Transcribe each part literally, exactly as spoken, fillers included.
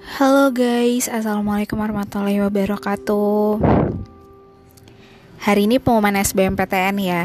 Halo guys, Assalamualaikum warahmatullahi wabarakatuh. Hari ini pengumuman S B M P T N ya.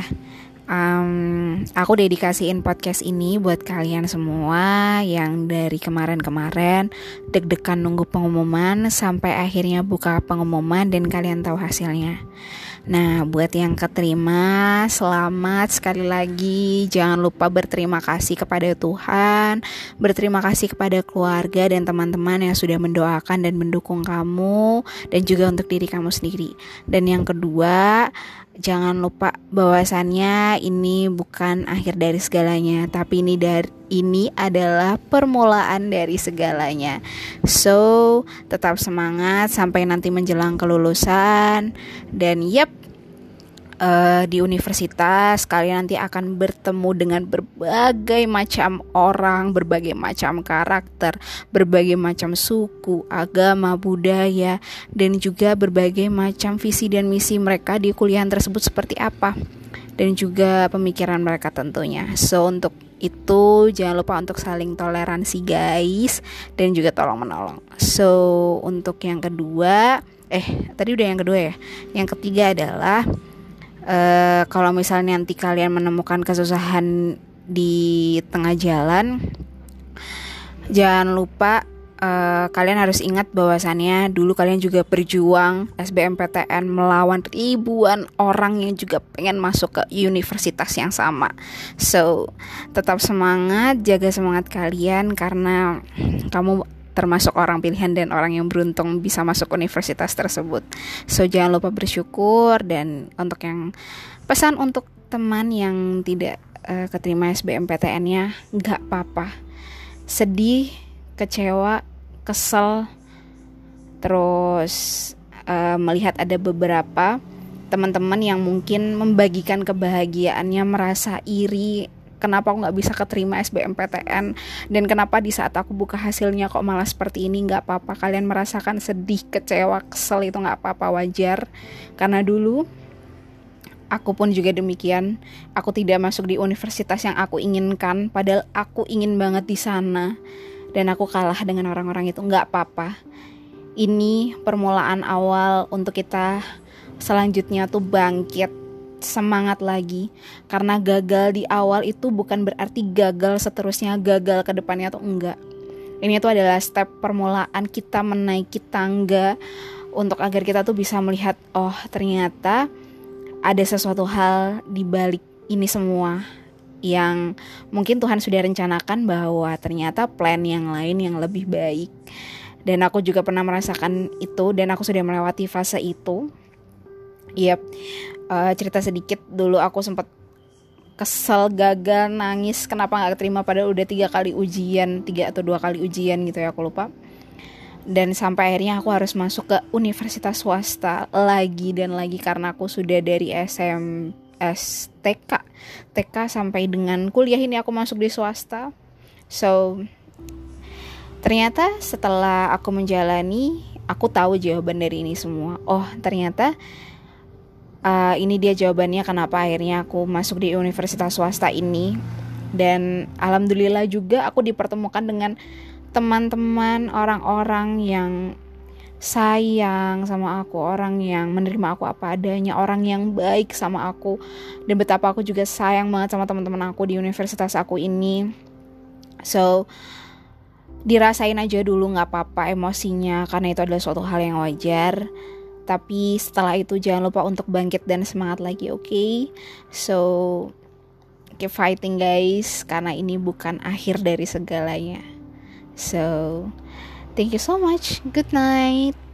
um, Aku dedikasiin podcast ini buat kalian semua yang dari kemarin-kemarin deg-degan nunggu pengumuman sampai akhirnya buka pengumuman dan kalian tahu hasilnya. Nah, buat yang keterima, selamat sekali lagi. Jangan lupa berterima kasih kepada Tuhan, berterima kasih kepada keluarga dan teman-teman yang sudah mendoakan dan mendukung kamu, dan juga untuk diri kamu sendiri. Dan yang kedua, jangan lupa bahwasannya ini bukan akhir dari segalanya, tapi ini dari ini adalah permulaan dari segalanya. So, tetap semangat sampai nanti menjelang kelulusan. Dan yep, uh, di universitas kalian nanti akan bertemu dengan berbagai macam orang, berbagai macam karakter, berbagai macam suku, agama, budaya, dan juga berbagai macam visi dan misi mereka di kuliah tersebut seperti apa, dan juga pemikiran mereka tentunya. So, untuk itu jangan lupa untuk saling toleransi guys, dan juga tolong menolong. So, untuk yang kedua, eh tadi udah yang kedua ya. Yang ketiga adalah uh, kalau misalnya nanti kalian menemukan kesusahan di tengah jalan, jangan lupa Uh, kalian harus ingat bahwasannya dulu kalian juga berjuang S B M P T N melawan ribuan orang yang juga pengen masuk ke universitas yang sama. So, tetap semangat, jaga semangat kalian karena kamu termasuk orang pilihan dan orang yang beruntung bisa masuk universitas tersebut. So, jangan lupa bersyukur. Dan untuk yang pesan untuk teman yang tidak uh, keterima S B M P T N-nya, gak apa-apa. Sedih, kecewa, kesel, terus uh, melihat ada beberapa teman-teman yang mungkin membagikan kebahagiaannya, merasa iri, kenapa aku gak bisa keterima S B M P T N, dan kenapa di saat aku buka hasilnya kok malah seperti ini. Gak apa-apa, kalian merasakan sedih, kecewa, kesel, itu gak apa-apa, wajar. Karena dulu aku pun juga demikian. Aku tidak masuk di universitas yang aku inginkan, padahal aku ingin banget di sana. Dan aku kalah dengan orang-orang itu. Gak apa-apa. Ini permulaan awal untuk kita selanjutnya tuh bangkit, semangat lagi. Karena gagal di awal itu bukan berarti gagal seterusnya, gagal ke depannya tuh enggak. Ini tuh adalah step permulaan kita menaiki tangga untuk agar kita tuh bisa melihat, oh ternyata ada sesuatu hal di balik ini semua yang mungkin Tuhan sudah rencanakan, bahwa ternyata plan yang lain yang lebih baik. Dan aku juga pernah merasakan itu, dan aku sudah melewati fase itu. Yep, uh, cerita sedikit, dulu aku sempat kesel, gagal, nangis, kenapa gak keterima padahal udah tiga kali ujian, tiga atau dua kali ujian gitu ya, aku lupa. Dan sampai akhirnya aku harus masuk ke universitas swasta lagi dan lagi, karena aku sudah dari S M S T K T K sampai dengan kuliah ini aku masuk di swasta. So, ternyata setelah aku menjalani, aku tahu jawaban dari ini semua. Oh, ternyata uh, ini dia jawabannya kenapa akhirnya aku masuk di universitas swasta ini. Dan alhamdulillah juga aku dipertemukan dengan teman-teman, orang-orang yang sayang sama aku, orang yang menerima aku apa adanya, orang yang baik sama aku. Dan betapa aku juga sayang banget sama teman-teman aku di universitas aku ini. So, dirasain aja dulu, gak apa-apa emosinya, karena itu adalah suatu hal yang wajar. Tapi setelah itu jangan lupa untuk bangkit dan semangat lagi, oke? Okay? So, keep fighting guys, karena ini bukan akhir dari segalanya. So, thank you so much. Good night.